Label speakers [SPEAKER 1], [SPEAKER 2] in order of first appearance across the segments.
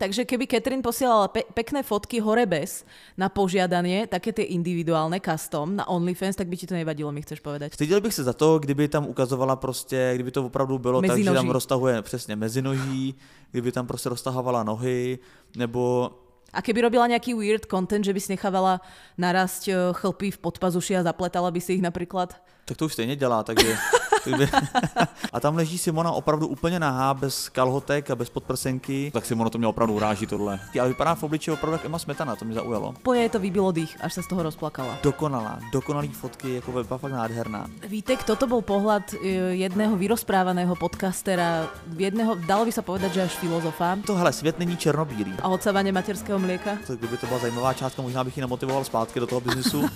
[SPEAKER 1] Takže keby Catherine posielala pekné fotky hore bez na požiadanie, také tie individuálne custom na OnlyFans, tak by ti to nevadilo, mi chceš povedať.
[SPEAKER 2] Styděl bych se za to, kdyby tam ukazovala prostě, kdyby to opravdu bylo tak, že tam roztahuje přesně mezinoží, kdyby tam prostě roztahovala nohy, nebo...
[SPEAKER 1] A keby robila nejaký weird content, že by si nechávala narásť chlpy v podpazuši a zapletala by si ich napríklad?
[SPEAKER 2] Tak to už stejně dělá, takže... A tam leží Simona opravdu úplně nahá, bez kalhotek a bez podprsenky. Tak Simona to mě opravdu uráží tohle. Ale vypadá v obličeji opravdu jak Emma Smetana, to mě zaujalo.
[SPEAKER 1] Poje to vybilo dých, až se z toho rozplakala.
[SPEAKER 2] Dokonalý fotky, jako byla fakt nádherná.
[SPEAKER 1] Vítek, toto bol pohľad jedného vyrozprávaného podcastera, dalo by sa povedať, že až filozofa.
[SPEAKER 2] Tohle svět není černobílý.
[SPEAKER 1] A odsávanie materského mlieka?
[SPEAKER 2] Tak kdyby to byla zajímavá částka, možná bych ji namotivoval zpátky do toho biznisu.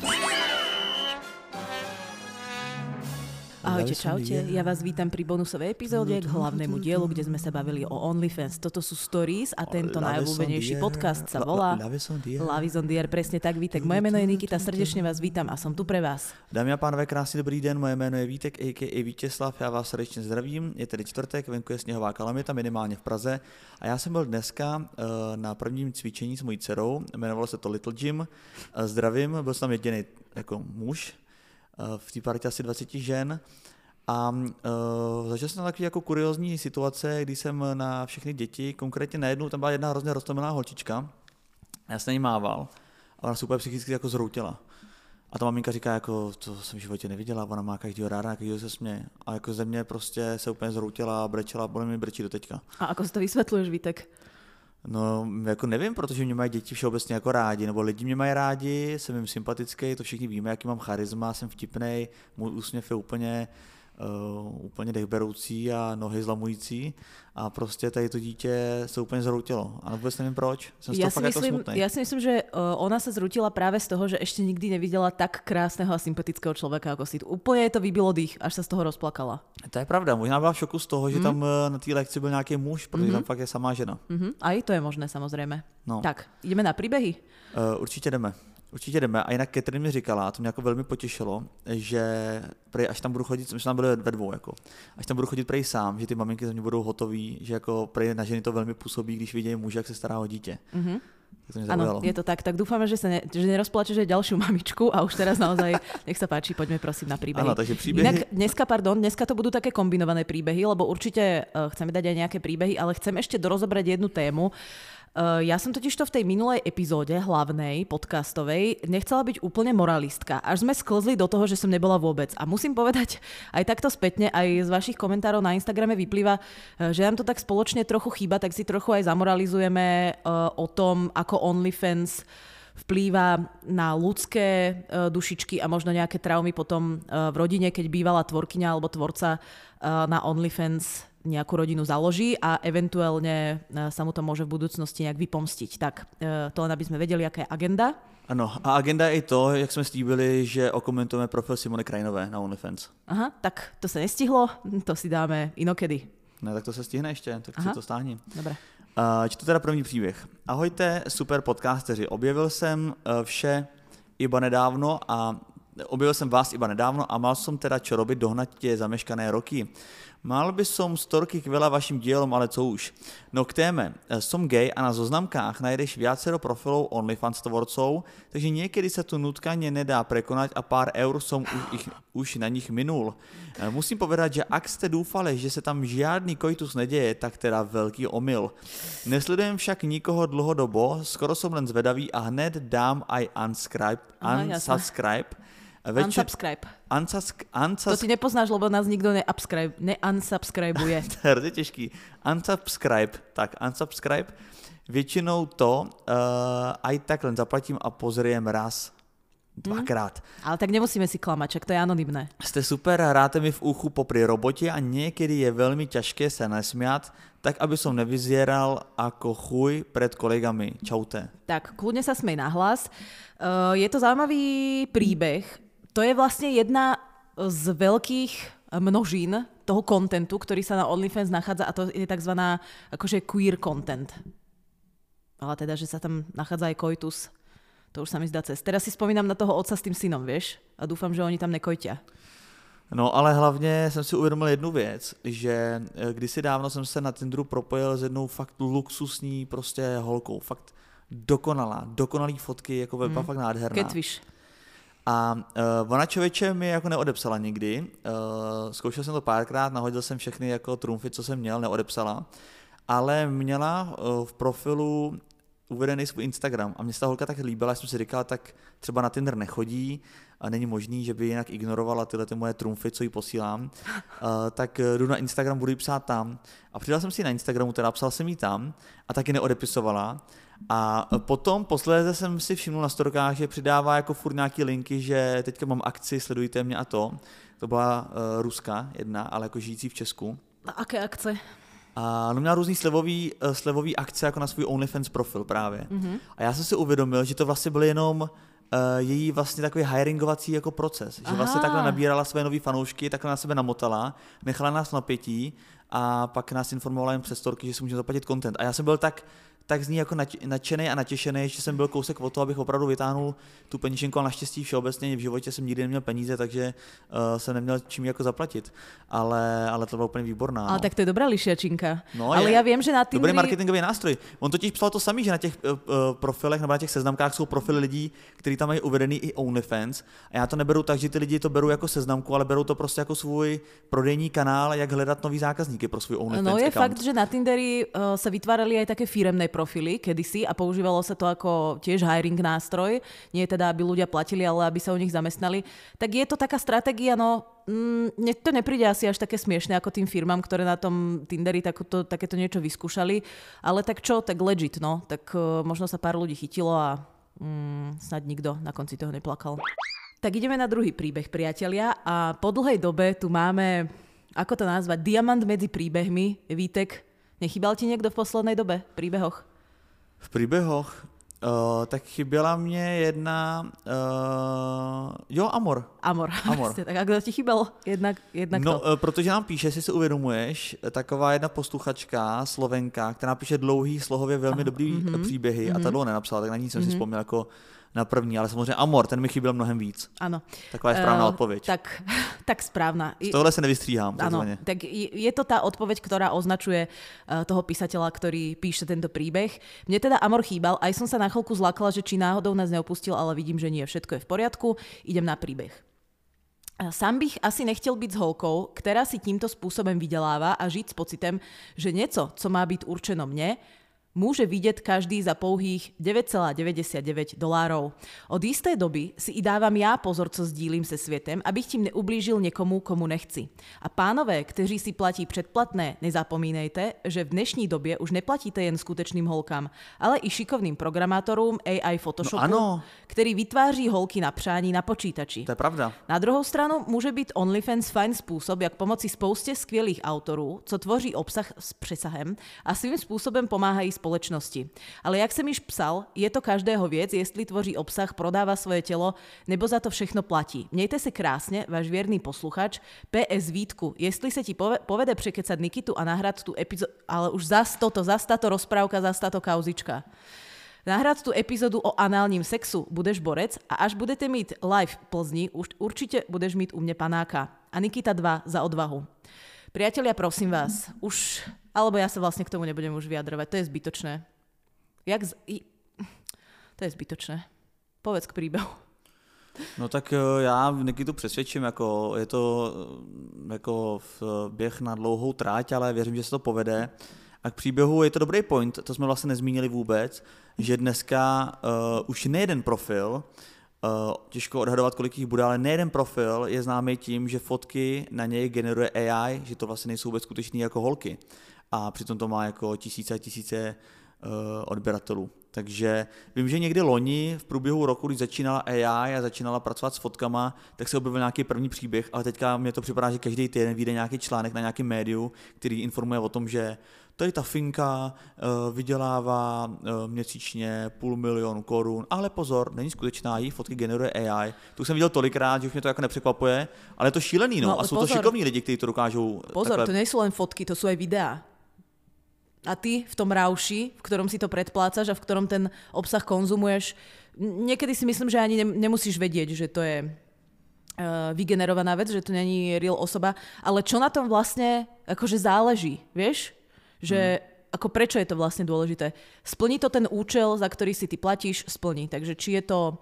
[SPEAKER 1] Ahojte, čaute. Ja vás vítam pri bonusovej epizóde k hlavnému dielu, kde sme sa bavili o OnlyFans. Toto sú stories a tento najobľúbenejší podcast sa volá Love is on the air. Presne tak, Vítek. Moje meno je Nikita, srdečne vás vítam a som tu pre vás.
[SPEAKER 2] Dámy a pánové, krásný dobrý den. Moje jméno je Vítek, a.k.a. Vítězslav. Já vás srdečně zdravím. Je tedy čtvrtek, venku je sněhová kalamita, minimálně v Praze. A já jsem byl dneska na prvním cvičení s mojí dcerou. Jmenovalo se to Little Gym. Zdravím, byl jsem tam jediný jako muž. V té partě asi 20 žen a zažil jsem takový jako kuriózní situace, kdy jsem na všechny děti, konkrétně na jednu, tam byla jedna hrozně roztomilá holčička, já jsem na ní mával a ona se úplně psychicky jako zhroutila. A ta maminka říká, jako, to jsem v životě neviděla, ona má každýho ráda, každýho se směje. A jako ze mě prostě se úplně zhroutila a brečela, bolí mi brečí do teďka.
[SPEAKER 1] A ako si to vysvětluješ, Vítek?
[SPEAKER 2] No, jako nevím, protože mě mají děti všeobecně jako rádi, nebo lidi mě mají rádi, jsem jim sympatický, to všichni víme, jaký mám charisma, jsem vtipnej, můj úsměv je úplně dechberoucí a nohy zlamující a prostě tady to dítě se úplně zhroutilo a vůbec nevím proč, jsem z toho fakt jako smutnej.
[SPEAKER 1] Ja si myslím, že ona sa zrútila práve z toho, že ešte nikdy nevidela tak krásneho a sympatického človeka ako si. Úplne to vybilo dých, až sa z toho rozplakala.
[SPEAKER 2] To je pravda, možná byla v šoku z toho, že tam na té lekci byl nějaký muž, protože tam fakt je samá žena.
[SPEAKER 1] Aj to je možné, samozrejme.
[SPEAKER 2] No.
[SPEAKER 1] Tak, ideme na príbehy?
[SPEAKER 2] Určitě jdeme. A jinak Catherine mi říkala, a to mě jako velmi potěšilo, že až tam budu chodit, my jsme tam byli ve dvou, jako, až tam budu chodit prej sám, že ty maminky za mě budou hotový, že jako prej na ženy to velmi působí, když vidějí muže, jak se stará o dítě.
[SPEAKER 1] Áno, je to tak. Tak dúfame, že nerozplačeš aj ďalšiu mamičku a už teraz naozaj, nech sa páči, poďme prosím na príbehy.
[SPEAKER 2] Áno, takže príbehy.
[SPEAKER 1] Inak dneska to budú také kombinované príbehy, lebo určite chceme dať aj nejaké príbehy, ale chcem ešte dorozobrať jednu tému. Ja som totižto v tej minulej epizóde hlavnej podcastovej nechcela byť úplne moralistka. Až sme sklzli do toho, že som nebola vôbec. A musím povedať, aj takto spätne, aj z vašich komentárov na Instagrame vyplýva, že nám to tak spoločne trochu chýba, tak si trochu aj zamoralizujeme o tom, ako OnlyFans vplýva na ľudské dušičky a možno nejaké traumy potom v rodine, keď bývala tvorkyňa alebo tvorca na OnlyFans nejakú rodinu založí a eventuálne sa mu to môže v budúcnosti nejak vypomstiť. Tak to len aby sme vedeli, aká je agenda.
[SPEAKER 2] Ano, a agenda je i to, jak jsme slíbili, že okomentujeme profil Simony Krajnové na OnlyFans.
[SPEAKER 1] Aha, tak to sa nestihlo, to si dáme inokedy.
[SPEAKER 2] Ne, tak to se stihne ještě, tak si to stáhni.
[SPEAKER 1] Dobre.
[SPEAKER 2] Čtu teda první příběh. Ahojte, super podcasteři. Objevil jsem vás iba nedávno a mal som teda čo robiť dohnať tie zameškané roky. Mal by som storky k veľa vašim dielom, ale co už. No k téme. Som gay a na zoznamkách najdeš viacero profilov OnlyFans tvorcov, takže niekedy sa tu nutkanie nedá prekonať a pár eur som už na nich minul. Musím povedať, že ak ste dúfali, že sa tam žiadny koitus nedeje, tak teda veľký omyl. Nesledujem však nikoho dlhodobo, skoro som len zvedavý a hned dám aj unsubscribe.
[SPEAKER 1] Unsubscribe. To si nepoznáš, lebo nás nikto neunsubscribuje.
[SPEAKER 2] To je hrozně těžký. Unsubscribe. Většinou to aj tak len zaplatím a pozriem raz, dvakrát.
[SPEAKER 1] Ale tak nemusíme si klamať, čak to je anonymné.
[SPEAKER 2] Ste super, hráte mi v uchu popri robote a niekedy je veľmi ťažké sa nesmiať, tak aby som nevyzieral ako chuj pred kolegami. Čaute.
[SPEAKER 1] Tak, kľudne sa smej nahlas. Je to zaujímavý príbeh. To je vlastne jedna z veľkých množín toho kontentu, ktorý sa na OnlyFans nachádza a to je takzvaná akože queer content. Ale teda, že sa tam nachádza aj koitus, to už sa mi zdá cez. Teraz si spomínam na toho otca s tým synom, vieš? A dúfam, že oni tam nekojtia.
[SPEAKER 2] No ale hlavně jsem si uvědomil jednu věc, že kdysi dávno jsem se na Tinderu propojil s jednou fakt luxusní prostě holkou, fakt dokonalý fotky, jako byla fakt nádherná.
[SPEAKER 1] Catfish.
[SPEAKER 2] A ona člověče mi jako neodepsala nikdy, zkoušel jsem to párkrát, nahodil jsem všechny jako trumfy, co jsem měl, neodepsala, ale měla v profilu uvedený svůj Instagram a mě se ta holka tak líbila, jsem si říkal, tak třeba na Tinder nechodí a není možný, že by jinak ignorovala tyhle ty moje trumfy, co jí posílám, tak jdu na Instagram, budu jí psát tam a přidal jsem si na Instagramu, teda psal jsem jí tam a taky neodepisovala. A potom posledně jsem si všiml na storkách, že přidává jako furt nějaký linky, že teďka mám akci, sledujte mě a to. To byla Ruska jedna, ale jako žijící v Česku.
[SPEAKER 1] A aké akce?
[SPEAKER 2] A no měla různý slevový akce jako na svůj OnlyFans profil právě. Mm-hmm. A já jsem si uvědomil, že to vlastně byl jenom její vlastně takový hiringovací jako proces. Že vlastně takhle nabírala své nový fanoušky, takhle na sebe namotala, nechala nás v napětí a pak nás informovala jen přes storky, že si můžeme zaplatit content. A já jsem byl tak z ní jako nadšený a natěšený, že jsem byl kousek od toho, abych opravdu vytáhnul tu peníženku, a naštěstí všeobecně v životě jsem nikdy neměl peníze, takže jsem neměl čím jako zaplatit, ale to byla úplně výborná.
[SPEAKER 1] Ale
[SPEAKER 2] no.
[SPEAKER 1] tak to je dobrá lišiačinka.
[SPEAKER 2] No
[SPEAKER 1] ale já vím, že na Tinderi...
[SPEAKER 2] Dobrý marketingový nástroj. On totiž psal to samý, že na těch profilech nebo na těch seznamkách jsou profily lidí, kteří tam mají uvedený i OnlyFans. A já to neberu tak, že ty lidi to berou jako seznamku, ale berou to prostě jako svůj prodejní kanál, jak hledat nový zákazníky pro svůj OnlyFans
[SPEAKER 1] No je
[SPEAKER 2] account.
[SPEAKER 1] fakt, že na Tinderi sa vytvárali aj také firemné profily kedysi a používalo sa to ako tiež hiring nástroj. Nie teda, aby ľudia platili, ale aby sa u nich zamestnali. Tak je to taká stratégia, no mne to nepríde asi až také smiešné ako tým firmám, ktoré na tom Tinderi takéto niečo vyskúšali. Ale tak čo, tak legit, no. Tak možno sa pár ľudí chytilo a snad nikto na konci toho neplakal. Tak ideme na druhý príbeh, priatelia. A po dlhej dobe tu máme, ako to nazvať, diamant medzi príbehmi. Vítek, nechybal ti niekto v poslednej dobe v príbehoch?
[SPEAKER 2] V příběhoch? Tak chyběla mě jedna... Amor.
[SPEAKER 1] Amor. Tak a kdo ti chyběl? Jednak
[SPEAKER 2] no,
[SPEAKER 1] to.
[SPEAKER 2] protože nám píše, jestli si uvědomuješ, taková jedna posluchačka, Slovenka, která píše dlouhý, slohově velmi dobrý příběhy a ta dlouho nenapsala, tak na ní jsem si vzpomněl jako na první, ale samozřejmě Amor, ten mi chyběl mnohem víc.
[SPEAKER 1] Ano.
[SPEAKER 2] Taková je správná odpověď.
[SPEAKER 1] Tak správna.
[SPEAKER 2] Z tohle se nevystříhám.
[SPEAKER 1] Áno, tak je to tá odpoveď, ktorá označuje toho písateľa, ktorý píše tento príbeh. Mne teda Amor chýbal, aj som sa na chvíľku zlakla, že či náhodou nás neopustil, ale vidím, že nie, všetko je v poriadku. Idem na príbeh. Sám bych asi nechtěl být s holkou, která si tímto způsobem vydělává a žít s pocitem, že něco, co má být určeno mne, môže vidieť každý za pouhých $9,99. Od isté doby si i dávam já pozor, co sdílím se světem, abych tím neublížil někomu, komu nechci. A pánové, kteří si platí předplatné, nezapomínejte, že v dnešní době už neplatíte jen skutečným holkám, ale i šikovným programátorům AI Photoshopu, který vytváří holky na přání na počítači.
[SPEAKER 2] To je pravda.
[SPEAKER 1] Na druhou stranu může být OnlyFans fajn způsob, jak pomoci spoustě skvělých autorů, co tvoří obsah s přesahem a svým způsobem pomáhají společnosti. Ale jak jsem již psal, je to každého věc, jestli tvoří obsah, prodává svoje tělo, nebo za to všechno platí. Mějte se krásně, váš věrný posluchač. PS Vítku, jestli se ti povede překecat Nikitu a nahrát tu epizodu, ale už zas táto rozprávka, zas táto kauzička. Nahrát tu epizodu o análním sexu, budeš borec a až budete mít live v Plzni, určitě budeš mít u mě panáka. A Nikita 2 za odvahu. Priatelia, prosím vás, alebo ja sa vlastne k tomu nebudem už vyjadrovať, to je zbytočné. To je zbytočné. Povedz k príbehu.
[SPEAKER 2] No tak já Nikitu přesvědčím, jako je to jako běh na dlouhou tráť, ale věřím, že se to povede. A k příběhu je to dobrý point, to jsme vlastně nezmínili vůbec, že dneska už nejeden profil, těžko odhadovat, kolik jich bude, ale nejeden profil je známý tím, že fotky na něj generuje AI, že to vlastně nejsou vůbec skutečný jako holky. A přitom to má jako tisíce a tisíce odběratelů. Takže vím, že někdy loni v průběhu roku, když začínala AI a začínala pracovat s fotkama, tak se objevil nějaký první příběh, ale teďka mně to připadá, že každý týden vyjde nějaký článek na nějakém médiu, který informuje o tom, že tady ta finka vydělává měsíčně $500 000 korun, ale pozor, není skutečná, její fotky generuje AI. To už jsem viděl tolikrát, že už mě to jako nepřekvapuje, ale je to šílený, no. A jsou pozor, to šikovní lidi, kteří to dokážou.
[SPEAKER 1] Pozor,
[SPEAKER 2] takhle...
[SPEAKER 1] to nejsou len fotky, to sú aj videá. A ty v tom rauši, v ktorom si to predplácaš a v ktorom ten obsah konzumuješ, niekedy si myslím, že ani nemusíš vedieť, že to je vygenerovaná vec, že to není real osoba, ale čo na tom vlastne akože záleží, vieš? Že ako prečo je to vlastne dôležité? Splní to ten účel, za ktorý si ty platíš, splní. Takže či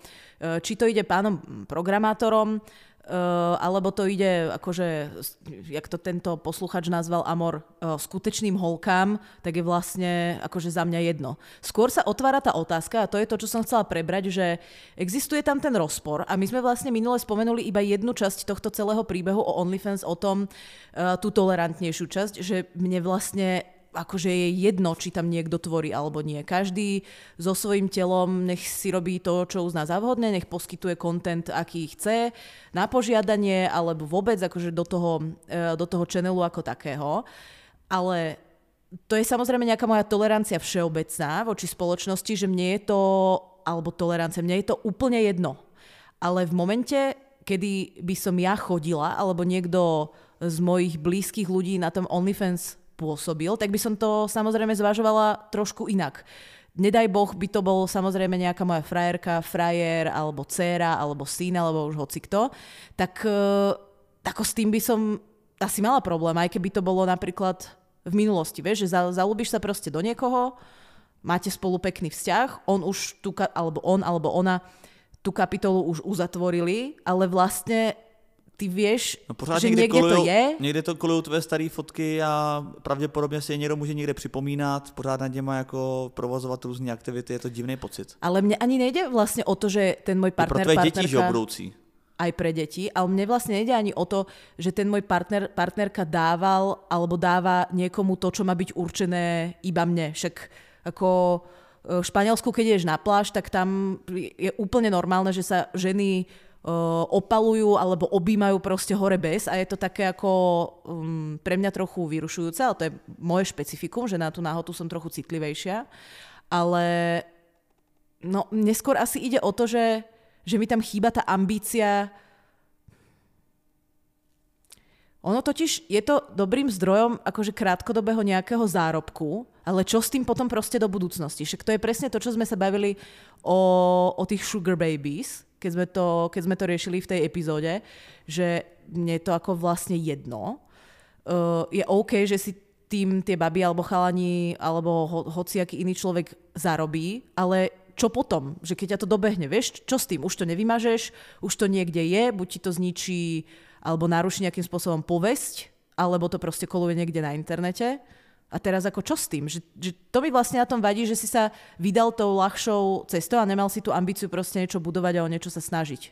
[SPEAKER 1] to ide pánom programátorom, alebo to ide, akože, jak to tento posluchač nazval Amor, skutečným holkám, tak je vlastne akože za mňa jedno. Skôr sa otvára tá otázka, a to je to, čo som chcela prebrať, že existuje tam ten rozpor a my sme vlastne minule spomenuli iba jednu časť tohto celého príbehu o OnlyFans, o tom, tú tolerantnejšiu časť, že mne vlastne akože je jedno, či tam niekto tvorí alebo nie. Každý so svojím telom nech si robí to, čo uzná za vhodné, nech poskytuje content, aký chce, na požiadanie, alebo vôbec akože do toho channelu ako takého. Ale to je samozrejme nejaká moja tolerancia všeobecná voči spoločnosti, že mne je to, alebo tolerancia, mne je to úplne jedno. Ale v momente, kedy by som ja chodila, alebo niekto z mojich blízkych ľudí na tom OnlyFans pôsobil, tak by som to samozrejme zvažovala trošku inak. Nedaj Boh by to bol samozrejme nejaká moja frajerka, frajer, alebo dcéra, alebo syn, alebo už hocikto, tak ako s tým by som asi mala problém, aj keby to bolo napríklad v minulosti, vieš, že zalúbiš sa proste do niekoho, máte spolu pekný vzťah, on alebo ona tú kapitolu už uzatvorili, ale vlastne ty vieš, že niekde to je.
[SPEAKER 2] Někde to kolujou tvé staré fotky a pravděpodobně si je někdo může někde připomínat, pořád na něma jako provozovat různé aktivity, je to divný pocit.
[SPEAKER 1] Ale mne ani nejde vlastne o to, že ten môj partner,
[SPEAKER 2] pro tvé děti, že budoucí.
[SPEAKER 1] Aj pre deti, ale mne vlastne nejde ani o to, že ten môj partnerka dával alebo dáva niekomu to, čo má byť určené iba mne. Však ako v Španielsku, keď ideš na pláž, tak tam je úplne normálne, že sa ženy opalujú alebo objímajú proste hore bez a je to také ako pre mňa trochu vyrušujúce, ale to je moje špecifikum, že na tú náhodu som trochu citlivejšia, ale no neskôr asi ide o to, že mi tam chýba tá ambícia. Ono totiž je to dobrým zdrojom akože krátkodobého nejakého zárobku, ale čo s tým potom proste do budúcnosti? Však to je presne to, čo sme sa bavili o tých sugar babies, keď sme to riešili v tej epizóde, že mne je to ako vlastne jedno. Je OK, že si tým tie baby alebo chalani alebo hociaký iný človek zarobí, ale čo potom? Že keď ťa to dobehne, vieš, čo s tým? Už to nevymažeš, už to niekde je, buď ti to zničí alebo naruší nejakým spôsobom povesť, alebo to proste koluje niekde na internete. A teraz ako čo s tým? Že to mi vlastne na tom vadí, že si sa vydal tou ľahšou cestou a nemal si tú ambíciu proste niečo budovať a o niečo sa snažiť.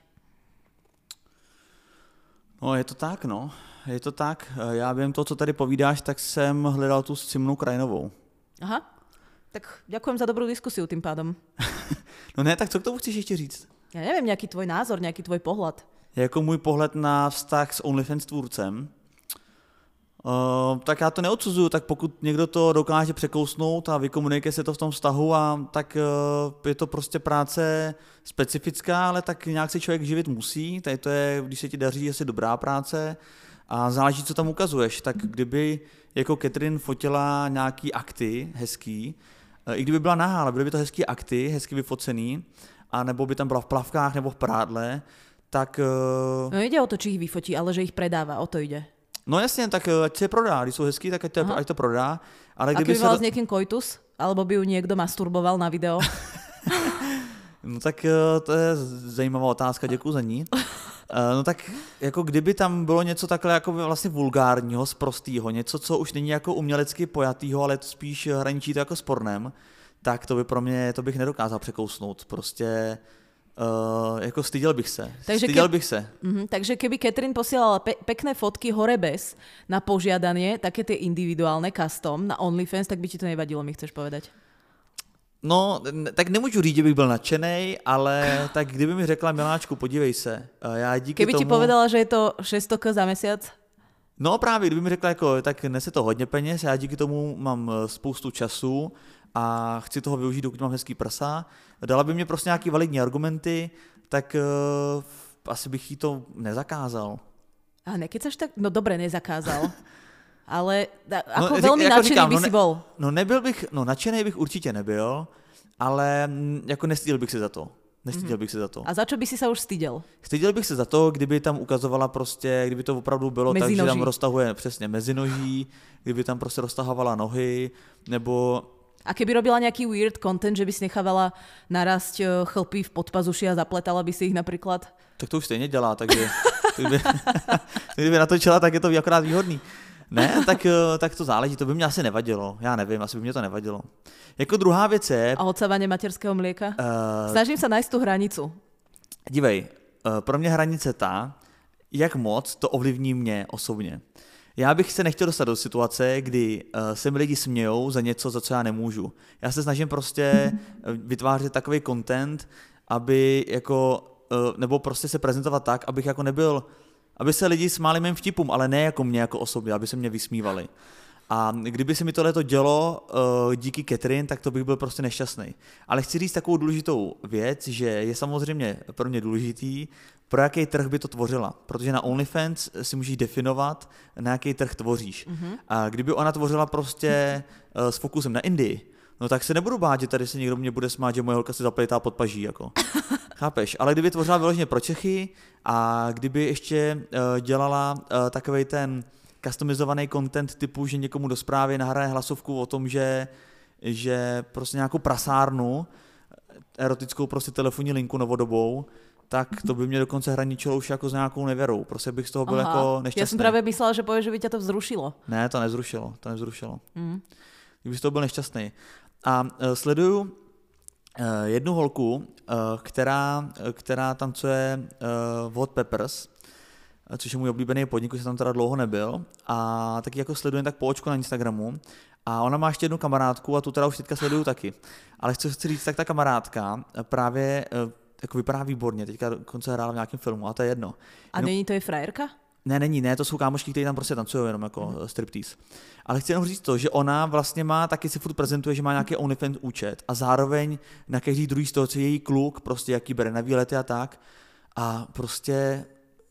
[SPEAKER 2] No je to tak, no. Je to tak. Já během toho, co tady povídáš, tak jsem hledal tu Simonu Krajinovou.
[SPEAKER 1] Aha. Tak ďakujem za dobrú diskusiu tým pádom.
[SPEAKER 2] No ne, tak co k tomu chceš ještě říct?
[SPEAKER 1] Ja neviem, nejaký tvoj názor, nejaký tvoj pohľad.
[SPEAKER 2] Jako můj pohled na vztah s OnlyFans tvůrcem, tak já to neodsuzuju, tak pokud někdo to dokáže překousnout a vykomunikuje se to v tom vztahu, tak je to prostě práce specifická, ale tak nějak se člověk živit musí, tady to je, když se ti daří, asi dobrá práce a záleží, co tam ukazuješ, tak kdyby jako Catherine fotila nějaký akty hezký, i kdyby byla nahá, ale byly by to hezký akty, hezky vyfocený, a nebo by tam byla v plavkách nebo v prádle, tak...
[SPEAKER 1] No ide o to, či ich vyfotí, ale že ich predáva, o to ide.
[SPEAKER 2] No jasně, tak ať se prodá, když jsou hezký, tak ať to prodá. Ale
[SPEAKER 1] a kdyby mal s někým koitus? Alebo by ju někdo masturboval na video?
[SPEAKER 2] No tak to je zajímavá otázka, děkuji za ní. No tak jako kdyby tam bylo něco takhle jako vlastně vulgárního, sprostýho, něco, co už není jako umělecky pojatýho, ale spíš hraničí to jako spornem, tak to by pro mě, to bych nedokázal překousnout. Prostě jako styděl bych se. Takže
[SPEAKER 1] keby Catherine posielala pekné fotky hore bez na požiadanie, také tie individuálne custom na OnlyFans, tak by ti to nevadilo, mi chceš povedať?
[SPEAKER 2] No, tak nemůžu říct, že bych byl nadšenej, ale tak kdyby mi řekla, Miláčku, podívej se, já díky
[SPEAKER 1] keby tomu... ti povedala, že je to 600 za mesiac?
[SPEAKER 2] No právě, kdyby mi řekla, jako, tak nese to hodně peněz, já díky tomu mám spoustu času a chci toho využít, dokud mám hezký prsa, dala by mě prostě nějaký validní argumenty, tak asi bych jí to nezakázal.
[SPEAKER 1] A nekecaš tak? No dobre, nezakázal. Ale ako veľmi nadšený by si bol.
[SPEAKER 2] No nadšený bych určitě nebyl, ale jako nestyděl bych se za to. Nestyděl bych se za to.
[SPEAKER 1] A za čo by si sa už styděl?
[SPEAKER 2] Styděl bych se za to, kdyby tam ukazovala prostě, kdyby to opravdu bylo tak, že tam roztahuje přesně mezinoží, kdyby tam prostě roztahovala nohy, nebo...
[SPEAKER 1] A keby robila nejaký weird content, že by si nechávala narásť chlpy v podpazuši a zapletala by si ich napríklad?
[SPEAKER 2] Tak to už stejně dělá, takže kdyby natočila, tak je to akorát výhodný. Ne, tak to záleží, to by mě asi nevadilo. Já nevím, asi by mě to nevadilo. Jako druhá věc je...
[SPEAKER 1] A odsávanie materského mlieka? Snažím sa nájsť tú hranicu.
[SPEAKER 2] Dívej, pro mě hranice ta, jak moc to ovlivní mě osobně. Já bych se nechtěl dostat do situace, kdy se mi lidi smějou za něco, za co já nemůžu. Já se snažím prostě vytvářet takový content, aby jako, nebo prostě se prezentovat tak, abych jako nebyl, aby se lidi smáli mým vtipům, ale ne jako mě jako osobě, aby se mě vysmívali. A kdyby se mi tohleto dělo díky Catherine, tak to bych byl prostě nešťastný. Ale chci říct takovou důležitou věc, že je samozřejmě pro mě důležitý, pro jaký trh by to tvořila. Protože na OnlyFans si můžeš definovat, na jaký trh tvoříš. A kdyby ona tvořila prostě s fokusem na Indii, no tak se nebudu bát, že tady se někdo mě bude smát, že moje holka se zapletá pod paží. Jako. Chápeš? Ale kdyby tvořila vyloženě pro Čechy a kdyby ještě dělala takovej ten customizovaný content typu, že někomu do zprávy nahraje hlasovku o tom, že prostě nějakou prasárnu, erotickou prostě telefonní linku novodobou, tak to by mě dokonce hraničilo už jako s nějakou nevěrou. Prostě bych z toho byl jako nešťastný.
[SPEAKER 1] Já jsem právě myslela, že povieš, že by tě to vzrušilo. Ne,
[SPEAKER 2] to nevzrušilo. Kdybych z toho byl nešťastný. A sleduju jednu holku, která tancuje v Hot Peppers, což je můj oblíbený podnik, už jsem tam teda dlouho nebyl, a taky jako sledujem tak po očku na Instagramu. A ona má ještě jednu kamarádku a tu teda už teďka sleduju taky. Ale chci říct, tak ta kamarádka právě jako vypadá výborně, teďka dokonce hrála v nějakém filmu, a to je jedno.
[SPEAKER 1] A není to je frajerka?
[SPEAKER 2] Ne, to jsou kámošky, kteří tam prostě tancují jenom jako striptease. Ale chci jenom říct to, že ona vlastně má, taky si furt prezentuje, že má nějaký OnlyFans účet a zároveň na každý druhý stoce je její kluk, prostě jaký bere na výlety a tak. A prostě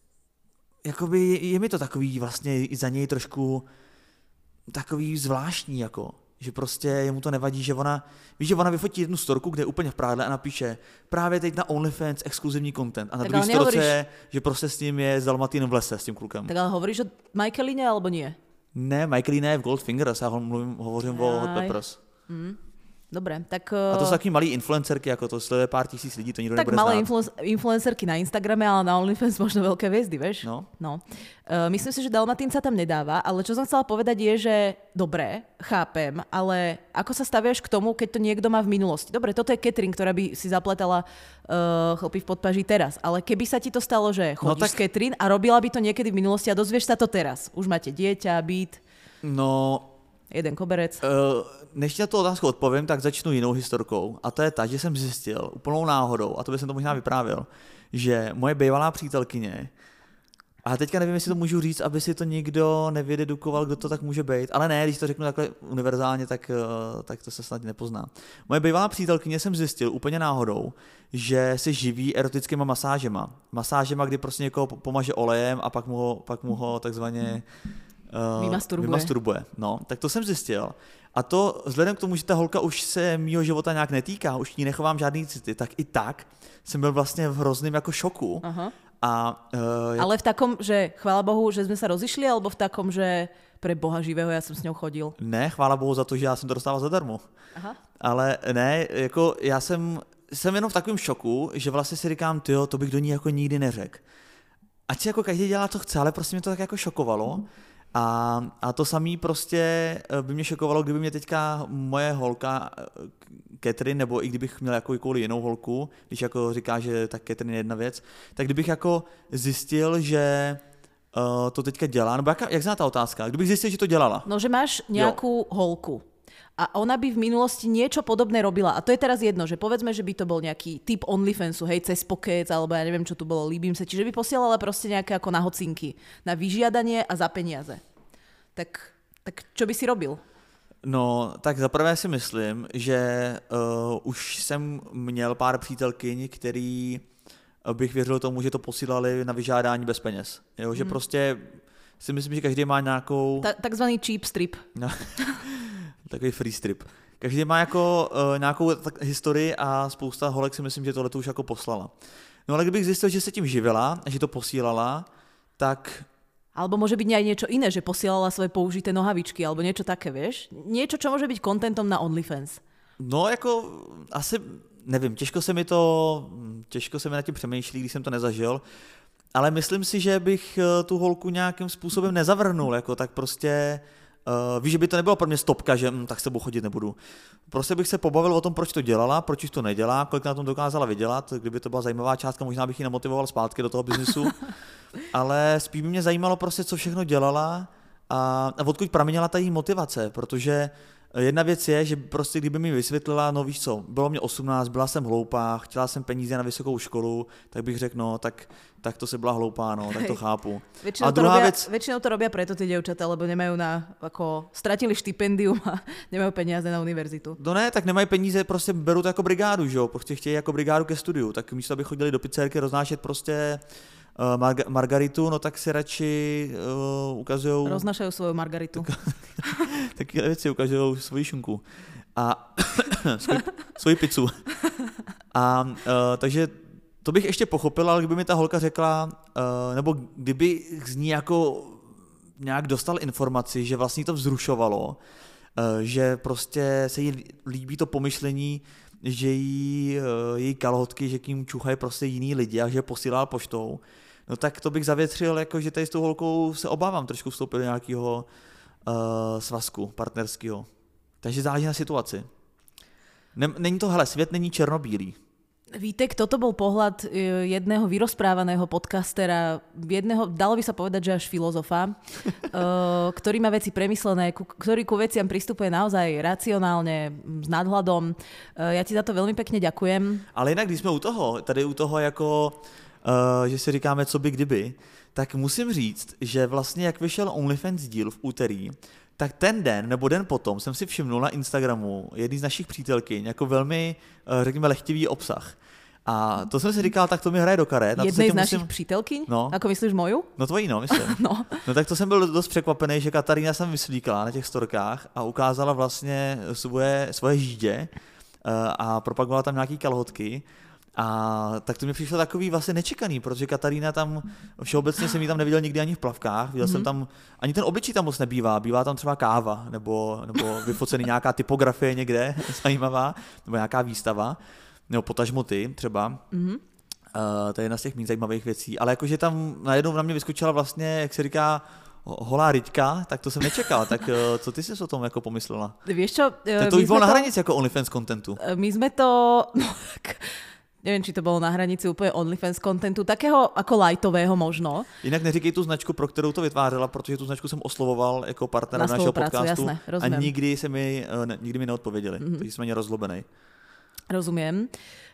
[SPEAKER 2] jakoby je mi to takový vlastně i za něj trošku takový zvláštní, jako, že prostě jemu to nevadí, že ona, víš, že ona vyfotí jednu storku, kde je úplně v prádle a napíše právě teď na OnlyFans exkluzivní content a na druhé storce je, že prostě s ním je s Dalmatinem v lese, s tím klukem.
[SPEAKER 1] Tak ale hovoríš o Michaeline alebo nie?
[SPEAKER 2] Ne, Michaeline je v Goldfingers, já hovořím o Hot Peppers.
[SPEAKER 1] Dobre, tak...
[SPEAKER 2] A to jsou taky malý influencerky, jako to sleduje pár tisíc lidí, to nikdo nebude znát.
[SPEAKER 1] Tak malé influencerky na Instagrame, ale na OnlyFans možno veľké hviezdy, vieš? No. Myslím si, že Dalmatín sa tam nedáva, ale čo som chcela povedať je, že dobre, chápem, ale ako sa staviaš k tomu, keď to niekto má v minulosti? Dobre, toto je Catherine, ktorá by si zapletala chlpy v podpaží teraz, ale keby sa ti to stalo, že chodíš s Catherine a robila by to niekedy v minulosti a dozvieš sa to teraz. Už máte dieťa, byt. Jeden koberec.
[SPEAKER 2] Než na tu otázku odpovím, tak začnu jinou historkou. A to je ta, že jsem zjistil úplnou náhodou, a to bych jsem to možná vyprávěl, že moje bývalá přítelkyně, a teďka nevím, jestli to můžu říct, aby si to nikdo nevydedukoval, kdo to tak může být, ale ne, když to řeknu takhle univerzálně, tak to se snad nepozná. Moje bývalá přítelkyně jsem zjistil úplně náhodou, že se živí erotickýma masážema. Masážema, kdy prostě někoho pomaže olejem a pak mu ho takzvaně vymasturbuje. No, tak to jsem zjistil. A to vzhledem k tomu, že ta holka už se mýho života nějak netýká, už ní nechovám žádný city, tak i tak jsem byl vlastně v hrozným jako šoku.
[SPEAKER 1] Aha. Ale v takom, že chvála Bohu, že jsme se rozišli, alebo v takom, že pre Boha živého já jsem s ňou chodil?
[SPEAKER 2] Ne, chvála Bohu za to, že já jsem to dostával zadarmo. Aha. Ale ne, jako já jsem jenom v takovém šoku, že vlastně si říkám, tyjo, to bych do ní jako nikdy neřekl. Ať si jako každý dělá, to chce, ale prostě mě to tak jako šokovalo. A to samý prostě by mě šokovalo, kdyby mě teďka moje holka Catherine, nebo i kdybych měl jakoukoliv jinou holku, když jako říká, že tak Catherine je jedna věc, tak kdybych jako zjistil, že to teďka dělá, nebo jak zná ta otázka, kdybych zjistil, že to dělala.
[SPEAKER 1] No, že máš nějakou holku a ona by v minulosti niečo podobné robila. A to je teraz jedno, že povedzme, že by to bol nejaký typ OnlyFansu, hej, cez Pocket, alebo ja neviem, čo tu bolo, líbím sa. Čiže by posielala proste nejaké ako na hocinky, na vyžiadanie a za peniaze. Tak čo by si robil?
[SPEAKER 2] No, tak zaprvé si myslím, že už jsem měl pár přítelkyň, který bych věřil tomu, že to posílali na vyžádání bez peněz. Jo, že prostě si myslím, že každý má nějakou...
[SPEAKER 1] Takzvaný cheap strip.
[SPEAKER 2] No, takový free strip. Každý má jako nějakou historii a spousta holek si myslím, že tohle to už jako poslala. No ale kdybych zjistil, že se tím živila a že to posílala, tak...
[SPEAKER 1] Alebo môže byť aj niečo iné, že posielala svoje použité nohavičky, alebo niečo také, vieš? Niečo, čo môže byť kontentom na OnlyFans.
[SPEAKER 2] No jako asi, nevím, těžko se mi nad tím přemýšlí, když jsem to nezažil, ale myslím si, že bych tu holku nějakým způsobem nezavrhnul, jako tak prostě... víš, že by to nebylo pro mě stopka, že tak s tebou chodit nebudu. Prostě bych se pobavil o tom, proč to dělala, proč už to nedělá, kolik na tom dokázala vydělat, kdyby to byla zajímavá částka, možná bych ji namotivoval zpátky do toho biznisu, ale spíš by mě zajímalo prostě, co všechno dělala a odkud pramenila ta její motivace, protože jedna věc je, že prostě kdyby mi vysvětlila, no víš co, bylo mě 18, byla jsem hloupá, chtěla jsem peníze na vysokou školu, tak bych řekl, no tak to si byla hloupá, no, tak to chápu.
[SPEAKER 1] A druhá věc... Väčšinou to robia preto tie dievčatá, lebo nemajú stratili štipendium a nemajú peniaze na univerzitu.
[SPEAKER 2] No ne, tak nemají peníze, prostě berou to jako brigádu, že jo, prostě chtějí jako brigádu ke studiu, tak místo aby chodili do pizzerky roznášet prostě margaritu, no tak si radši ukazujou...
[SPEAKER 1] Roznášajú svoju margaritu.
[SPEAKER 2] Takové věci ukazujou svoji šunku a svoji pizzu. A takže to bych ještě pochopil, ale kdyby mi ta holka řekla, nebo kdyby z ní jako nějak dostal informaci, že vlastně to vzrušovalo, že prostě se jí líbí to pomyšlení, že její kalhotky, že k ním čuchají prostě jiný lidi a že je posílal poštou, no tak to bych zavětřil, jako že tady s tou holkou se obávám trošku vstoupit do nějakého svazku partnerského. Takže záleží na situaci. Není to, hele, svět není černobílý.
[SPEAKER 1] Vítek, toto bol pohľad jedného vyrozprávaného podcastera, jedného, dalo by sa povedať, že až filozofa, ktorý má veci premyslené, ktorý ku veciam pristupuje naozaj racionálne, s nadhľadom. Ja ti za to veľmi pekne ďakujem.
[SPEAKER 2] Ale jinak, když jsme tady u toho jako, že si říkáme, co by kdyby, tak musím říct, že vlastně jak vyšel OnlyFans díl v úterý, tak ten den nebo den potom jsem si všimnul na Instagramu jedný z našich přítelkyň jako velmi, řekněme, lehtivý obsah. A to jsem si říkal, tak to mi hraje do karet.
[SPEAKER 1] Jednej z našich přítelkyň?
[SPEAKER 2] No.
[SPEAKER 1] Ako myslíš moju?
[SPEAKER 2] No tvojí, no, myslím. No tak to jsem byl dost překvapený, že Katarína se vyslíkala na těch storkách a ukázala vlastně svoje žídě a propagovala tam nějaký kalhotky. A tak to mi přišlo takový vlastně nečekaný, protože Katarína tam, všeobecně jsem ji tam neviděl nikdy ani v plavkách, viděl jsem tam, ani ten obličej tam moc nebývá, bývá tam třeba káva, nebo vyfocený nějaká typografie někde, zajímavá, nebo nějaká výstava, nebo potažmo ty třeba. To je jedna z těch méně zajímavých věcí, ale jakože tam najednou na mě vyskočila vlastně, jak se říká, holá riďka, tak to jsem nečekal. Tak co ty jsi o tom jako pomyslela?
[SPEAKER 1] Vieš čo?
[SPEAKER 2] To už bylo na hranici jako OnlyFans contentu.
[SPEAKER 1] My sme to... Neviem, či to bolo na hranici úplne OnlyFans contentu, takého ako lightového možno.
[SPEAKER 2] Jinak neříkej tu značku, pro kterou to vytvářela, protože tu značku jsem oslovoval jako partnera našeho podcastu, jasné, a nikdy mi neodpověděli, takže jsem ani rozlobenej.
[SPEAKER 1] Rozumiem.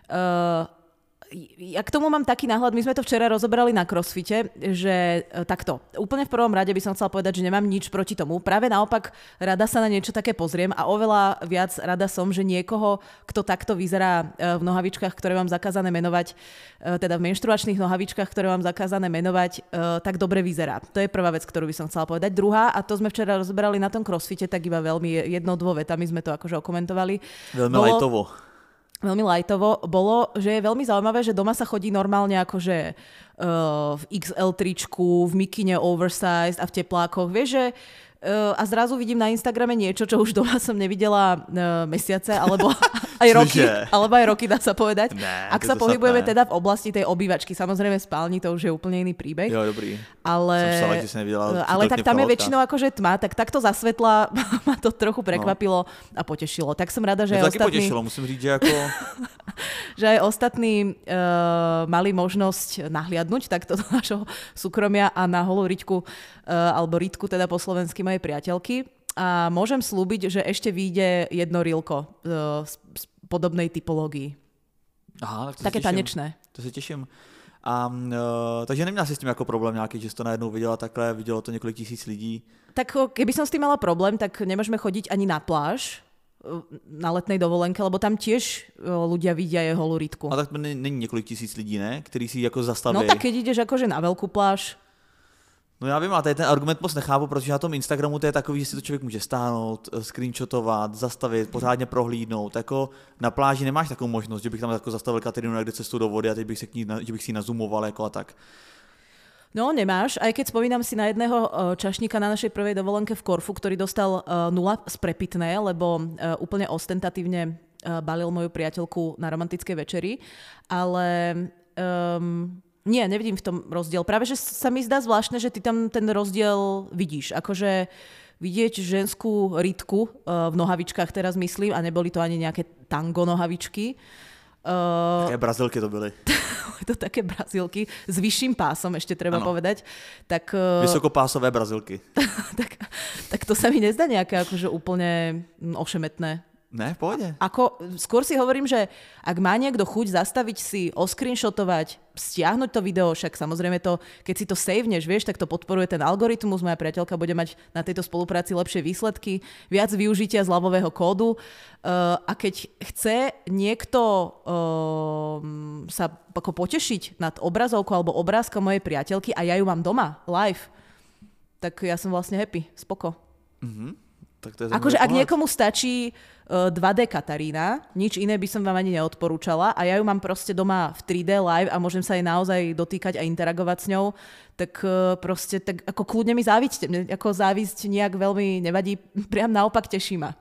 [SPEAKER 1] Ja k tomu mám taký náhľad, my sme to včera rozoberali na CrossFite, že takto, úplne v prvom rade by som chcela povedať, že nemám nič proti tomu, práve naopak rada sa na niečo také pozriem a oveľa viac rada som, že niekoho, kto takto vyzerá v nohavičkách, ktoré mám zakázané menovať, teda v menštruačných nohavičkách, ktoré mám zakázané menovať, tak dobre vyzerá. To je prvá vec, ktorú by som chcela povedať. Druhá, a to sme včera rozoberali na tom CrossFite, tak iba veľmi dvo vetami sme to akože okomentovali. Veľmi lightovo bolo, že je veľmi zaujímavé, že doma sa chodí normálne akože v XL tričku, v mikine oversized a v teplákoch. Vieš, že a zrazu vidím na Instagrame niečo, čo už doma som nevidela mesiace, alebo aj roky, dá sa povedať.
[SPEAKER 2] Ne,
[SPEAKER 1] ak sa pohybujeme teda v oblasti tej obývačky, samozrejme spálni, to už je úplne iný príbeh.
[SPEAKER 2] Jo, dobrý.
[SPEAKER 1] Ale tak tam je väčšinou akože tma, tak takto za svetla ma to trochu prekvapilo a potešilo. Tak som rada, že aj ostatní...
[SPEAKER 2] potešilo, musím říct, že ako...
[SPEAKER 1] že aj ostatní mali možnosť nahliadnúť takto do našho súkromia a na holú Riťku, alebo Ritku teda po slovensky mojej priateľky. A môžem slúbiť, že ešte vyjde jedno rílko z podobnej typológii.
[SPEAKER 2] Aha, tak
[SPEAKER 1] také tanečné.
[SPEAKER 2] To se těším. Takže neměla si s tím jako problém nějaký, že jsi to najednou viděla takhle, vidělo to několik tisíc lidí?
[SPEAKER 1] Tak keby som s tým mala problém, tak nemôžeme chodiť ani na pláž na letnej dovolenke, lebo tam tiež ľudia vidia jej holú Ritku.
[SPEAKER 2] A tak není několik tisíc lidí, ne? Který si jako zastaví.
[SPEAKER 1] No tak keď ideš akože na veľkú pláž.
[SPEAKER 2] No já vím, a tady ten argument moc nechápu, protože na tom Instagramu to je takový, že si to člověk může stáhnout, screenshotovat, zastavit, pořádně prohlídnout. Jako na pláži nemáš takovou možnost, že bych tam jako zastavil Kateřinu někde cestu do vody a teď bych že bych si ji nazoomoval jako a tak.
[SPEAKER 1] No nemáš, aj keď spomínam si na jedného čašníka na našej prvej dovolenke v Korfu, ktorý dostal 0 z prepitné, lebo úplne ostentatívne balil moju priateľku na romantickej večeri, ale nie, nevidím v tom rozdiel. Práve, že sa mi zdá zvláštne, že ty tam ten rozdiel vidíš. Akože vidieť ženskú rytku v nohavičkách teraz myslím, a neboli to ani nejaké tango nohavičky.
[SPEAKER 2] Také Brazilky to byly.
[SPEAKER 1] To také Brazilky s vyšším pásom, ešte treba povedať. Tak,
[SPEAKER 2] vysokopásové Brazilky.
[SPEAKER 1] tak to sa mi nezdá nejaké akože úplne ošemetné.
[SPEAKER 2] Ne, v pohode.
[SPEAKER 1] Skôr si hovorím, že ak má niekto chuť zastaviť si, oscreenshotovať, stiahnuť to video, však samozrejme to, keď si to saveneš, vieš, tak to podporuje ten algoritmus, moja priateľka bude mať na tejto spolupráci lepšie výsledky, viac využitia zľavového kódu a keď chce niekto sa ako potešiť nad obrazovkou alebo obrázkom mojej priateľky a ja ju mám doma, live, tak ja som vlastne happy, spoko. Akože ak niekomu stačí 2D Katarína, nič iné by som vám ani neodporúčala a ja ju mám proste doma v 3D live a môžem sa jej naozaj dotýkať a interagovať s ňou, tak proste tak ako kľudne mi závidíte. Mne ako závisť nejak veľmi nevadí, priam naopak teší ma.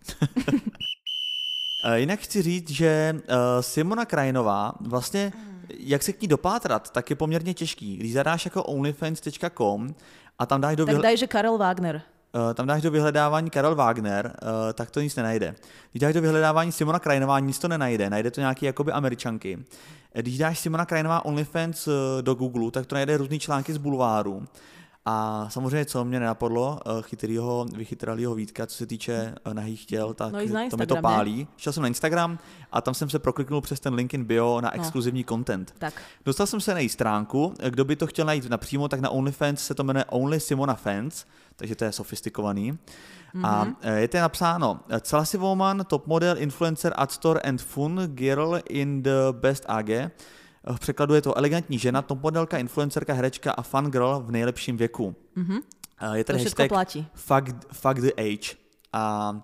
[SPEAKER 2] Jinak chci říct, že Simona Krajinová vlastně, jak se k ní dopátrat, tak je poměrně těžký. Když zadáš jako onlyfans.com a tam dáš
[SPEAKER 1] tak daj, že Karel Wagner.
[SPEAKER 2] Tam dáš do vyhledávání Karel Wagner, tak to nic nenajde. Když dáš do vyhledávání Simona Krajinová, nic to nenajde. Najde to nějaký jakoby Američanky. Když dáš Simona Krajinová OnlyFans do Google, tak to najde různý články z bulváru. A samozřejmě, co mě nenapadlo, vychytralýho Vítka, co se týče nahých těl, tak to mi to pálí. Šel jsem na Instagram a tam jsem se prokliknul přes ten link in bio na exkluzivní content.
[SPEAKER 1] Tak.
[SPEAKER 2] Dostal jsem se na její stránku, kdo by to chtěl najít napřímo, tak na OnlyFans se to jmenuje Only Simona Fans, takže to je sofistikovaný. A je to napsáno Classy woman, top model, influencer, ad store and fun girl in the best AG. V překladu je to elegantní žena, top modelka, influencerka, herečka a fun girl v nejlepším věku. Je tady hashtag fuck the age. A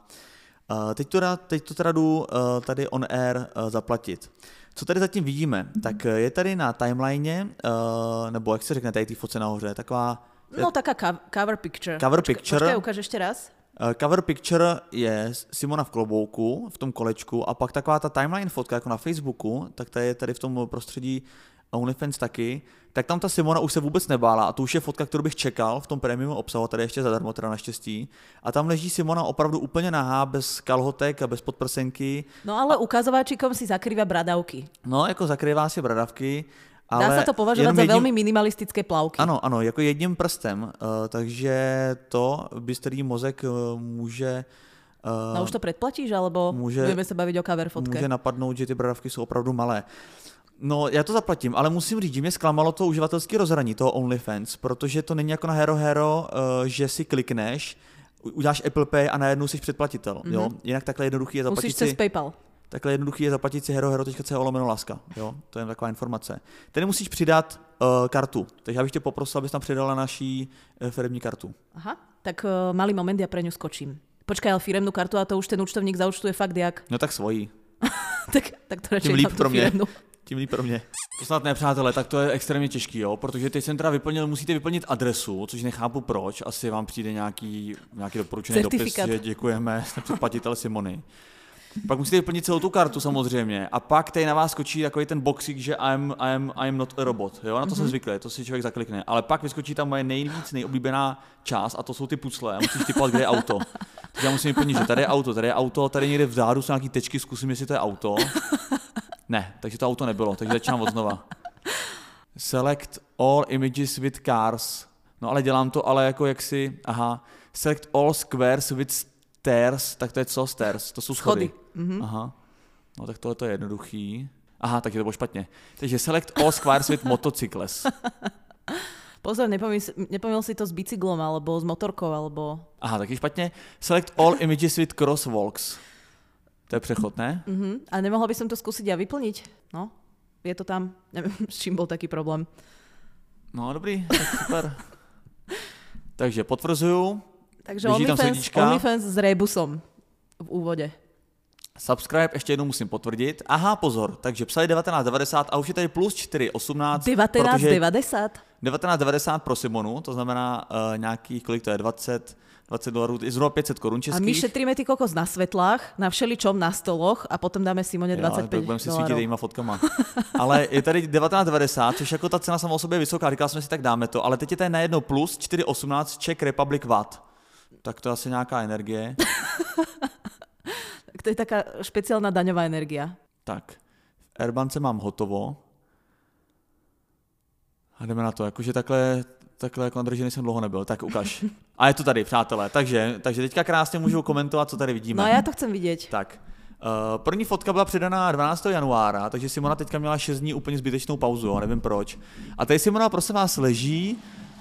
[SPEAKER 2] teď to teda jdu tady on air zaplatit. Co tady zatím vidíme? Tak je tady na timeline, nebo jak se řekne tady ty foce nahoře, taková...
[SPEAKER 1] No taká cover picture. Počkej, ukáž ešte raz.
[SPEAKER 2] Cover picture je Simona v klobouku, v tom kolečku a pak taková ta timeline fotka jako na Facebooku, tak ta je tady v tom prostředí OnlyFans taky, tak tam ta Simona už se vůbec nebála a to už je fotka, kterou bych čekal v tom premium obsahu, tady ještě zadarmo teda naštěstí. A tam leží Simona opravdu úplně nahá, bez kalhotek a bez podprsenky.
[SPEAKER 1] No ale ukazováčikom si zakrýva bradavky.
[SPEAKER 2] No, jako zakrývá si bradavky. Ale
[SPEAKER 1] dá sa to považovať za veľmi minimalistické plavky.
[SPEAKER 2] Ano, jako jedním prstem, takže to bystrý mozek může...
[SPEAKER 1] No už to predplatíš, alebo budeme sa baviť o cover fotke?
[SPEAKER 2] Může napadnout, že ty bradavky jsou opravdu malé. No, já to zaplatím, ale musím říct, že mě zklamalo to uživatelské rozhraní toho OnlyFans, protože to není jako na Hero, že si klikneš, uděláš Apple Pay a najednou jsi předplatitel. Jo? Jinak takhle jednoduchý je zaplatit
[SPEAKER 1] musíš cez PayPal.
[SPEAKER 2] Takhle jednoduchý je zaplatit si hero.co/laska. Jo, to je taková informace. Tady musíš přidat kartu. Takže já bych tě poprosil, abys tam přidala naší firemní kartu.
[SPEAKER 1] Aha, tak malý moment, ja pre ňu skočím. Počkaj, ale firemnú kartu a to už ten účtovník zaúčtuje fakt jak?
[SPEAKER 2] No tak svojí.
[SPEAKER 1] tak to radšej mám tú firemnú.
[SPEAKER 2] Tím líp pro mě. To snad ne, přátelé, tak to je extrémně těžký, jo, protože teď jsem teda musíte vyplnit adresu, což nechápu proč, asi vám přijde nějaký doporučený dopis, že děkujeme, jste předplatitel Simony. Pak musíte vyplnit celou tu kartu samozřejmě a pak tady na vás skočí takový ten boxík, že I'm not a robot, jo, na to jsem zvyklý, to si člověk zaklikne, ale pak vyskočí tam moje nejoblíbená část a to jsou ty pucle a musíš typovat, kde je auto. Takže já musím vyplnit, že tady je auto, tady někde vzadu jsou nějaký tečky, zkusím, jestli to je auto. Ne, takže to auto nebylo, takže začínám od znova. Select all images with cars, no ale dělám to ale jako jaksi, select all squares with stairs, tak to je co? Stairs, to jsou schody. Aha, no tak tohle to je jednoduchý. Aha, tak je to bylo špatně. Takže select all squares with motocycles.
[SPEAKER 1] Pozor, nepomyl si to s bicyklom, alebo s motorkou, alebo...
[SPEAKER 2] Aha, tak je špatně. Select all images with crosswalks. To je přechod, ne?
[SPEAKER 1] A nemohla by som to skúsiť a vyplniť? No, je to tam. Neviem, s čím bol taký problém.
[SPEAKER 2] No, dobrý, tak super. Takže potvrzuju.
[SPEAKER 1] Takže OnlyFans s rebusom v úvode.
[SPEAKER 2] Subscribe, ještě jednou musím potvrdit. Aha, pozor, takže psali 1990 a už je tady plus 4,18.
[SPEAKER 1] 1990?
[SPEAKER 2] 1990 pro Simonu, to znamená nějakých, kolik to je, $20, je zhruba 500 korun českých.
[SPEAKER 1] A my šetríme ty kokos na svetlách, na všeličom, na stoloch a potom dáme Simone $25.
[SPEAKER 2] Budeme si svítit jejíma fotkama. Ale je tady 1990, což jako ta cena sama o sobě je vysoká, říkal jsem si, tak dáme to, ale teď je tady najednou plus 4,18 Czech Republic Watt. Tak to je asi nějaká energie.
[SPEAKER 1] Tak to je taká špeciálna daňová energia.
[SPEAKER 2] Tak, v Airbance mám hotovo. A jdeme na to, jakože takhle jako nadržený jsem dlouho nebyl, tak ukaž. A je to tady, přátelé, takže teďka krásně můžu komentovat, co tady vidíme.
[SPEAKER 1] No já to chcem vidět.
[SPEAKER 2] Tak, první fotka byla přidaná 12. januára, takže Simona teďka měla 6 dní úplně zbytečnou pauzu, nevím proč. A tady Simona, prosím vás, leží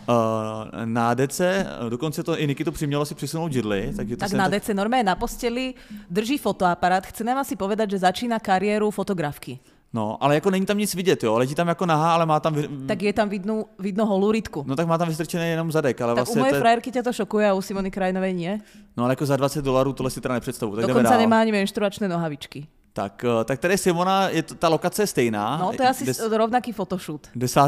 [SPEAKER 2] na dece, dokonce to i Niky to přimělo si přisunout židli.
[SPEAKER 1] Tak na dece, normálne na posteli, drží fotoaparát, chce nám asi povedať, že začína kariéru fotografky.
[SPEAKER 2] No, ale jako není tam nic vidět, jo, leží tam jako nahá, ale má tam...
[SPEAKER 1] Tak je tam vidno holú rytku.
[SPEAKER 2] No tak má tam vystrčený jenom zadek, ale
[SPEAKER 1] tak
[SPEAKER 2] vlastně...
[SPEAKER 1] u mojej frajerky ťa to šokuje a u Simony Krajnovej nie?
[SPEAKER 2] No ale jako za $20 tohle si teda nepředstavu, tak
[SPEAKER 1] dokonca nemá ani menštruačné nohavičky.
[SPEAKER 2] Tak tady Simona, ta lokace je stejná.
[SPEAKER 1] No to je asi rovnaký photoshoot.
[SPEAKER 2] 10.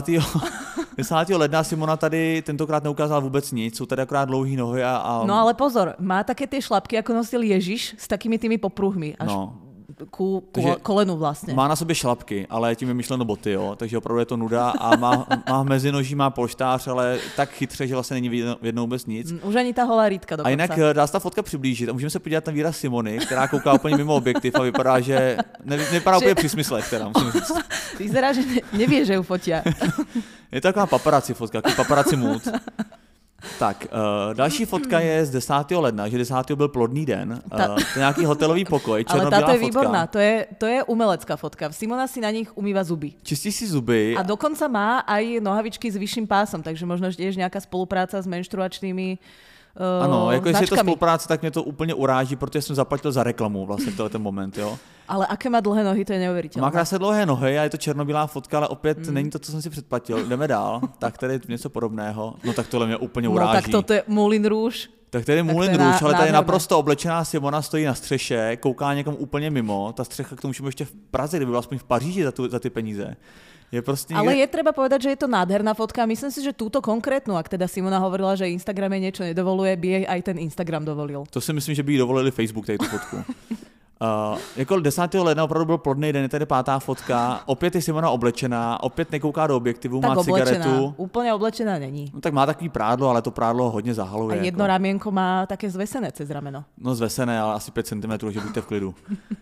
[SPEAKER 2] ledna Simona tady tentokrát neukázala vůbec nic, jsou tady akorát dlouhý nohy a...
[SPEAKER 1] No ale pozor, má také tie šlapky, ako nosil Ježiš s takými tými popruhmi. Až ku kolenu vlastně.
[SPEAKER 2] Má na sobě šlapky, ale tím je myšleno boty, jo, takže opravdu je to nuda a má v mezinoží, má polštář, ale tak chytře, že vlastně není jednou vůbec nic.
[SPEAKER 1] Už ani ta holá rýtka dokonce.
[SPEAKER 2] A jinak dá se ta fotka přiblížit a můžeme se podívat na výraz Simony, která kouká úplně mimo objektiv a vypadá, že nevypadá úplně při smyslech, teda musím říct.
[SPEAKER 1] Vyzerá, že nevie, že ju fotia.
[SPEAKER 2] Je to taková paparazzi fotka, takový paparazzi mood. Tak, další fotka je z 10. ledna, že 10. byl plodný den. To je nějaký hotelový pokoj, černobílá fotka.
[SPEAKER 1] Ale táto je výborná, to je umelecká fotka. Simona si na nich umýva zuby.
[SPEAKER 2] Čistí si zuby.
[SPEAKER 1] A dokonca má aj nohavičky s vyšším pásom, takže možno tiež nejaká spolupráca s menštruačnými
[SPEAKER 2] ano, jako
[SPEAKER 1] značkami.
[SPEAKER 2] jestli je to spolupráce, tak mě to úplně uráží, protože jsem zaplatil za reklamu vlastně v ten moment, jo.
[SPEAKER 1] Ale aké má dlhé nohy, to je neuvěřitelné.
[SPEAKER 2] Má krásně dlouhé nohy a je to černobílá fotka, ale opět není to, co jsem si předplatil. Jdeme dál, tak tady je něco podobného. No tak tohle mě úplně uráží.
[SPEAKER 1] No tak toto je Moulin Rouge.
[SPEAKER 2] Tak tady je Moulin Rouge, ale tady je naprosto oblečená Simona, stojí na střeše, kouká někam úplně mimo. Ta střecha k tomu můžeme ještě v Praze, kdyby byla aspoň v Paříži za ty peníze. Je prostě
[SPEAKER 1] ale je treba povedať, že je to nádherná fotka. Myslím si, že túto konkrétnu, ak teda Simona hovorila, že Instagram jej niečo nedovoluje, by jej aj ten Instagram dovolil.
[SPEAKER 2] To si myslím, že by jí dovolili Facebook, tady tu fotku. Jako 10. ledna opravdu byl plodný den, je tady 5. fotka, opět je Simona oblečená, opět nekouká do objektivu,
[SPEAKER 1] tak
[SPEAKER 2] má cigaretu.
[SPEAKER 1] Oblečená, úplně oblečená není.
[SPEAKER 2] No tak má takový prádlo, ale to prádlo hodně zahaluje.
[SPEAKER 1] A jedno ramienko má také zvesené cez rameno.
[SPEAKER 2] No zvesené, ale asi 5 cm, že buďte v klidu.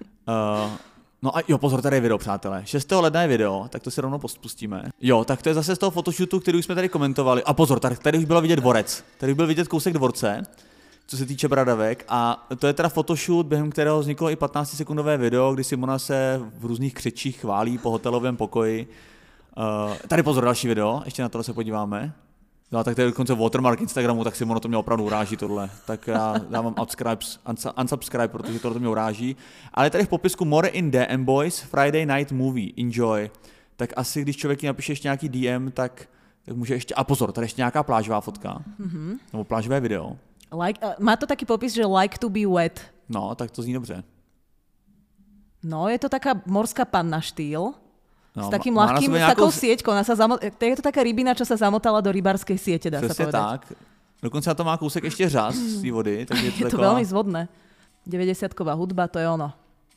[SPEAKER 2] No a jo, pozor, tady je video, přátelé. 6. ledna je video, tak to si rovnou pustíme. Jo, tak to je zase z toho fotoshootu, který už jsme tady komentovali. A pozor, tady už bylo vidět dvorec. Tady už byl vidět kousek dvorce, co se týče bradavek. A to je teda photoshoot, během kterého vzniklo i 15-sekundové video, kdy Simona se v různých křečích chválí po hotelovém pokoji. Tady pozor, další video, ještě na to se podíváme. No, tak to je dokonce watermark Instagramu, tak Simona to mě opravdu uráží tohle. Tak já dávám unsubscribe, protože tohle to mě uráží. Ale tady v popisku More in DM Boys, Friday Night Movie, enjoy. Tak asi, když člověk napíše ještě nějaký DM, tak může ještě... A pozor, tady ještě nějaká plážová fotka. Mm-hmm. Nebo plážové video.
[SPEAKER 1] Má to taký popis, že like to be wet.
[SPEAKER 2] No, tak to zní dobře.
[SPEAKER 1] No, je to taká morská panna štýl.
[SPEAKER 2] No,
[SPEAKER 1] s takým ľahkým, s takou sieťkou. Je to taká rybina, čo sa zamotala do rybárskej siete, dá sa povedať.
[SPEAKER 2] Tak. Dokonce na to má kousek ještě řas z té vody. Takže je
[SPEAKER 1] to veľmi zvodné. 90-ková hudba, to je ono.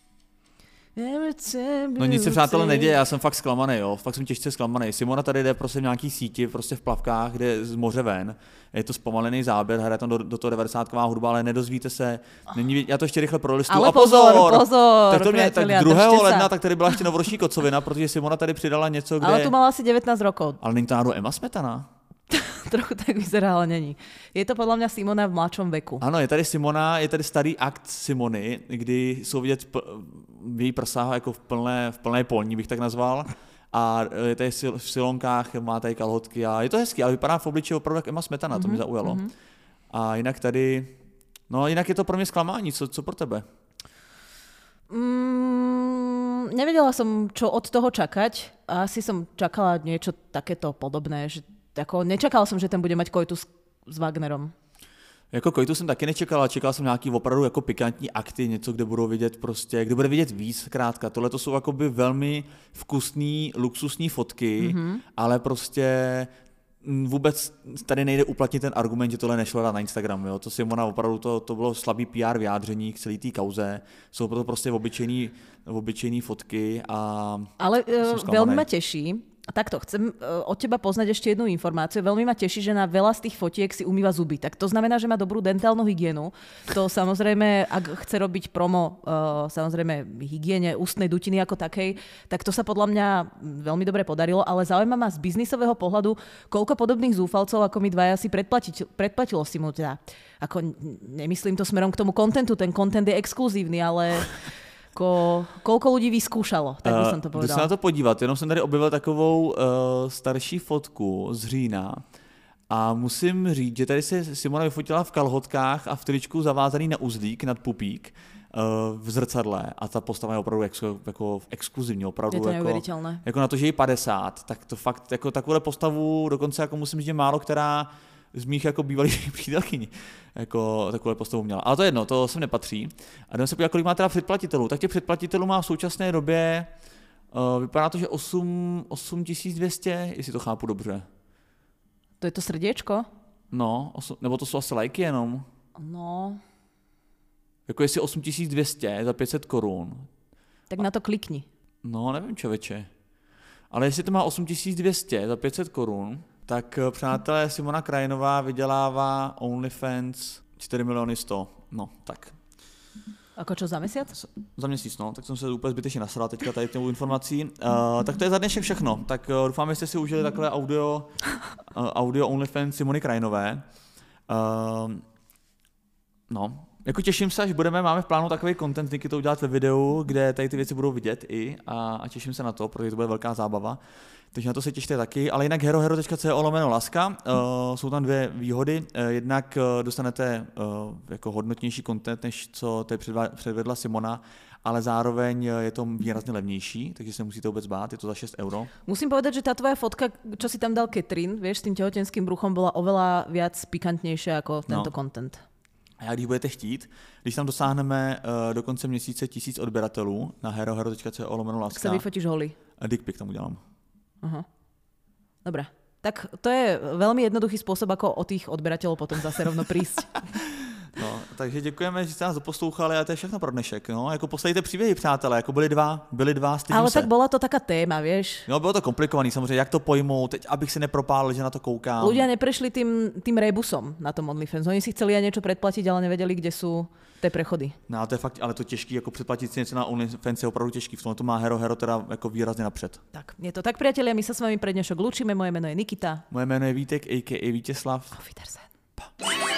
[SPEAKER 2] No nic se, přátelé, neděje, já jsem fakt zklamaný, jo. Fakt jsem těžce zklamaný. Simona tady jde prostě v nějaký síti, prostě v plavkách, kde z moře ven. Je to zpomalený záběr, hraje tam do toho 90-ková hudba, ale nedozvíte se. Já to ještě rychle prolistuju.
[SPEAKER 1] Ale pozor,
[SPEAKER 2] tak to mě, tak 2. ledna, tak tady byla ještě novoroční kocovina, protože Simona tady přidala něco, kde...
[SPEAKER 1] Ale tu mala asi 19 rokov.
[SPEAKER 2] Ale není to náhodou Emma Smetana?
[SPEAKER 1] Trochu tak vyzerá, ale není. Je to podľa mňa Simona v mladšom veku.
[SPEAKER 2] Ano, je tady Simona, je tady starý akt Simony, kdy jsou vidět v její prsách jako v plné polní, bych tak nazval. A je tady v silonkách, má tady kalhotky a je to hezký, ale vypadá v obličeji opravdu jak Emma Smetana, to mě zaujalo. A jinak tady, no jinak je to pro mě zklamání, co pro tebe?
[SPEAKER 1] Nevedela som, čo od toho čakať. Asi som čakala niečo takéto podobné, že ako nečakala som, že ten bude mať koitus s Wagnerom.
[SPEAKER 2] Jako Kojtu jsem taky nečekal, čekal jsem nějaký opravdu jako pikantní akty, něco, kde budou vidět prostě, kde bude vidět víc zkrátka. Tohle to jsou jakoby velmi vkusný, luxusní fotky, ale prostě vůbec tady nejde uplatnit ten argument, že tohle nešlo dát na Instagram. Jo? To Simona opravdu, to bylo slabý PR vyjádření k celé té kauze. Jsou to prostě obyčejný fotky a...
[SPEAKER 1] Ale veľmi ma teší. Takto, chcem od teba poznať ešte jednu informáciu. Veľmi ma teší, že na veľa z tých fotiek si umýva zuby. Tak to znamená, že má dobrú dentálnu hygienu. To samozrejme, ak chce robiť promo samozrejme hygiene ústnej dutiny ako takej, tak to sa podľa mňa veľmi dobre podarilo, ale zaujíma ma z biznisového pohľadu, koľko podobných zúfalcov ako my dvaja si predplatilo si mu teda. Ako nemyslím to smerom k tomu kontentu, ten kontent je exkluzívny, ale... Koľko ľudí vyskúšalo, tak by som to povedala.
[SPEAKER 2] Jdu se na to podívat, jenom jsem tady objevil takovou starší fotku z října a musím říct, že tady se Simona vyfotila v kalhotkách a v tričku zavázaný na uzlík nad pupík v zrcadle a ta postava je opravdu jako exkluzivní, opravdu
[SPEAKER 1] je to neuvěřitelné.
[SPEAKER 2] Jako na to, že je 50, tak to fakt jako takovou postavu dokonce jako musím říct, že málo která z mých jako bývalých přítelkyní jako takovou postavu měla. Ale to je jedno, to sem nepatří. A jdeme se podívat, kolik má teda předplatitelů. Tak těch předplatitelů má v současné době, vypadá to, že 8200, jestli to chápu dobře.
[SPEAKER 1] To je to srdiečko?
[SPEAKER 2] No, nebo to jsou asi lajky jenom.
[SPEAKER 1] No.
[SPEAKER 2] Jako jestli 8200 za 500 korun.
[SPEAKER 1] Tak na to klikni.
[SPEAKER 2] No, nevím, člověče. Ale jestli to má 8200 za 500 korun, tak přátelé, Simona Krajinová vydělává OnlyFans 4 100 000. No, tak.
[SPEAKER 1] Ako čo, za mesiac?
[SPEAKER 2] Za měsíc, no. Tak jsem se úplně zbytečně nasral teďka tady těmou informací. Tak to je za dnešek všechno. Tak doufám, že jste si užili takhle audio OnlyFans Simony Krajinové. No, jako těším se, až máme v plánu takový content, Niky, to udělat ve videu, kde tady ty věci budou vidět i a těším se na to, protože to bude velká zábava. Takže na to se těšte taky, ale jinak herohero.co/laska, jsou tam dvě výhody. Jednak dostanete jako hodnotnější content, než co tady předvedla Simona, ale zároveň je to výrazně levnější, takže se musíte vůbec bát, je to za 6 €.
[SPEAKER 1] Musím povedať, že tá tvoja fotka, čo si tam dal Katrin, vieš, s tým tehotenským bruchom, bola oveľa viac pikantnejšia ako tento content.
[SPEAKER 2] A jak když budete chtít, když tam dosáhneme do konce měsíce 1000 odběratelů na herohero.co/laska,
[SPEAKER 1] tak sa vyfotíš holý.
[SPEAKER 2] A dick pic tam udělám.
[SPEAKER 1] Aha. Dobre. Tak to je veľmi jednoduchý spôsob, ako o tých odberateľov potom zase rovno prísť.
[SPEAKER 2] No, takže děkujeme, že jste nás doposlouchali a to je všechno pro dnešek. No, jako posledujte příběhy, přátelé, jako byli dva, stydím
[SPEAKER 1] ale
[SPEAKER 2] se.
[SPEAKER 1] tak bola to taká téma, vieš.
[SPEAKER 2] No, bylo to komplikovaný, samozřejmě, jak to pojmou, teď abych si nepropálil, že na to koukám.
[SPEAKER 1] Ľudia neprešli tým rebusom na tom OnlyFans. Oni si chceli aj niečo predplatiť, ale nevedeli, kde sú tie prechody.
[SPEAKER 2] No, to je fakt, ale to těžký, jako předplatit si něco na OnlyFans je opravdu těžký. V tom to má Hero teda jako výrazně napřed.
[SPEAKER 1] Tak, je to tak, priatelia, my sa s vami pre dnešok lúčime. Moje meno je Nikita.
[SPEAKER 2] Moje jméno je Vítek, a.k.a. Vítězslav.
[SPEAKER 1] Auf Wiedersehen. Pa.